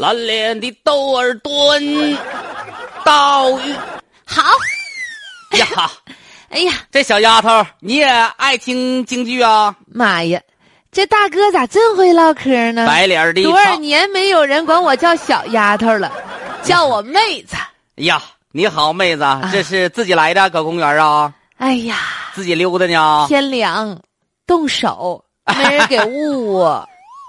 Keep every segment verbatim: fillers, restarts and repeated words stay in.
蓝脸的窦尔敦，岛屿。 好呀， 哎呀， 这小丫头，你也爱听京剧啊？ 妈呀，这大哥咋真会唠嗑呢？ 白脸的多少年没有人管我叫小丫头了，叫我妹子。 呀，你好，妹子，啊、这是自己来的，搁公园啊？ 哎呀， 自己溜达呢。 天凉，动手，没人给捂我。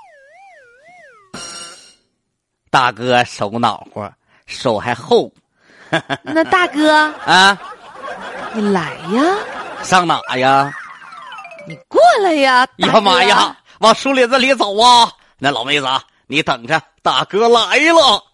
大哥手恼火，手还厚。 那大哥啊， 你来呀？ 上哪呀？ 你过来呀！ 呀妈呀，往树林子里走啊！那老妹子，你等着，大哥来了。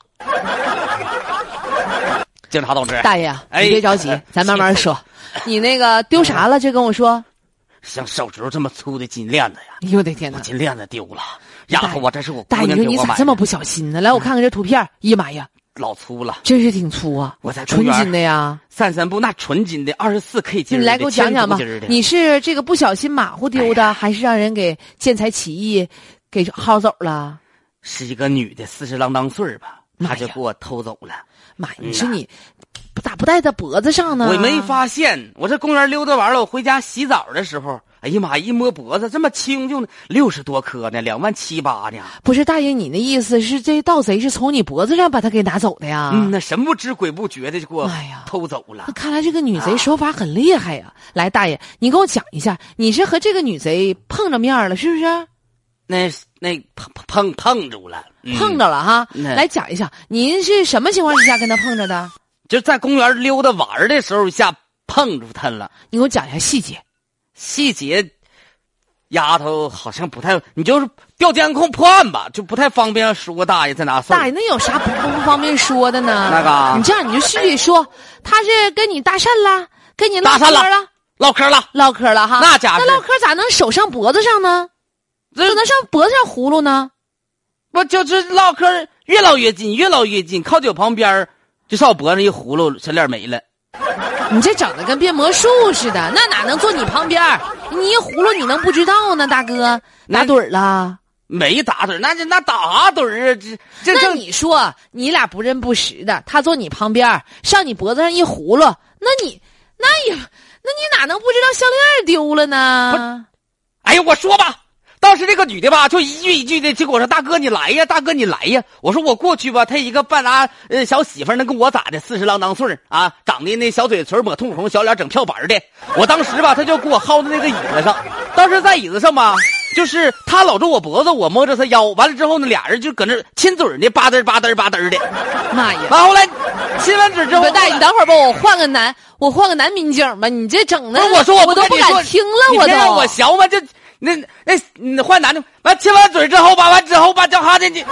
警察同志， 大爷， 哎、 你别着急，咱慢慢说。你那个丢啥了？这跟我说。 像手指头这么粗的金链子呀！ 哎呦我的天哪， 金链子丢了。丫头，我这是我大爷，你咋这么不小心呢？来，我看看这图片。哎呀妈呀， 老粗了， 真是挺粗啊！ 我在纯金的呀， 散散步那纯金的，二十四 K 金。 你来给我讲讲吧，你是这个不小心马虎丢的，哎、还是让人给见财起意给薅走了？ 是一个女的，四十郎当岁吧，她就给我偷走了。 妈呀，你说你咋不戴在脖子上呢？ 我没发现，我这公园溜达完了，我回家洗澡的时候。哎呀妈！一摸脖子这么轻，就六十多颗呢，两万七八呢。 不是大爷，你的意思是这盗贼是从你脖子上把他给拿走的呀？ 嗯，那神不知鬼不觉的就给我偷走了。哎、 那看来这个女贼手法很厉害呀！啊、来，大爷，你跟我讲一下，你是和这个女贼碰着面了，是不是？ 那那碰碰碰着了， 嗯、碰着了哈。来讲一下，您是什么情况之下跟他碰着的？ 就在公园溜达玩的时候下碰着他了。 你给我讲一下细节。 细节，丫头好像不太，你就是调监控破案吧，就不太方便说大爷在哪。 大爷，那有啥不不方便说的呢？ 那个， 你这样你就细细说，他是跟你搭讪了，跟你唠嗑了， 唠嗑了， 唠嗑了哈。 那家伙， 那唠嗑咋能手上脖子上呢？怎么能上脖子上葫芦呢？ 不就是唠嗑越唠越近，越唠越近，靠酒旁边就上我脖子一葫芦，小脸没了。 你这整的跟变魔术似的，那哪能坐你旁边？你一葫芦你能不知道呢？大哥打盹儿了？ 没打盹儿，那那打盹儿啊？这这那你说你俩不认不识的，他坐你旁边，上你脖子上一葫芦，那你那也那你哪能不知道项链丢了呢？ 哎呀，我说吧。当时这个女的吧，就一句一句的就跟我说：“大哥你来呀，大哥你来呀！”我说：“我过去吧。”她一个半拉呃小媳妇儿，能跟我咋的？四十郎当岁啊，长得那小嘴唇抹通红，小脸整漂白的。我当时吧，她就给我薅在那个椅子上。当时在椅子上吧，就是她搂着我脖子，我摸着她腰。完了之后呢，俩人就搁那亲嘴呢，吧嘚吧嘚吧嘚的。 妈呀！ 完后来亲完嘴之后， 大爷，你等会儿吧，我换个男，我换个男民警吧。你这整的， 我说我我都不敢听了，我都让我学吗？就。那那你换男的，完亲完嘴之后吧，完之后吧，叫哈的你。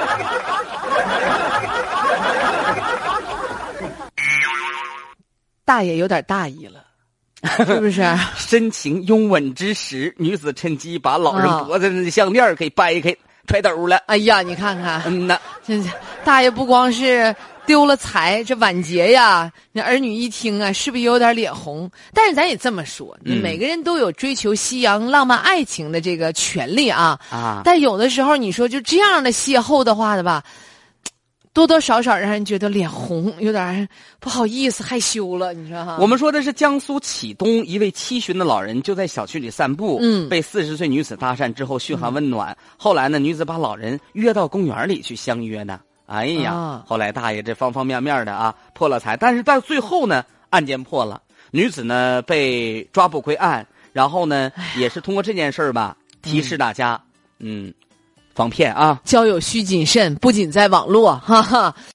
大爷有点大意了，是不是？ 深情拥吻之时，女子趁机把老人脖子上的项链给掰开，揣兜了。 哎呀，你看看， 嗯呐， 这大爷不光是丢了财，这晚节呀，那儿女一听啊，是不是有点脸红？但是咱也这么说， 嗯、 每个人都有追求西洋浪漫爱情的这个权利啊啊！ 但有的时候你说就这样的邂逅的话的吧，多多少少让人觉得脸红，有点不好意思、害羞了，你说哈？ 我们说的是江苏启东一位七旬的老人就在小区里散步， 嗯， 被四十岁女子搭讪之后嘘寒问暖，嗯、后来呢，女子把老人约到公园里去相约呢。哎呀， 啊、 后来大爷这方方面面的啊破了财，但是到最后呢，案件破了，女子呢被抓捕归案，然后呢也是通过这件事儿吧，提示大家，嗯，嗯防骗啊， 交友需谨慎，不仅在网络，哈哈。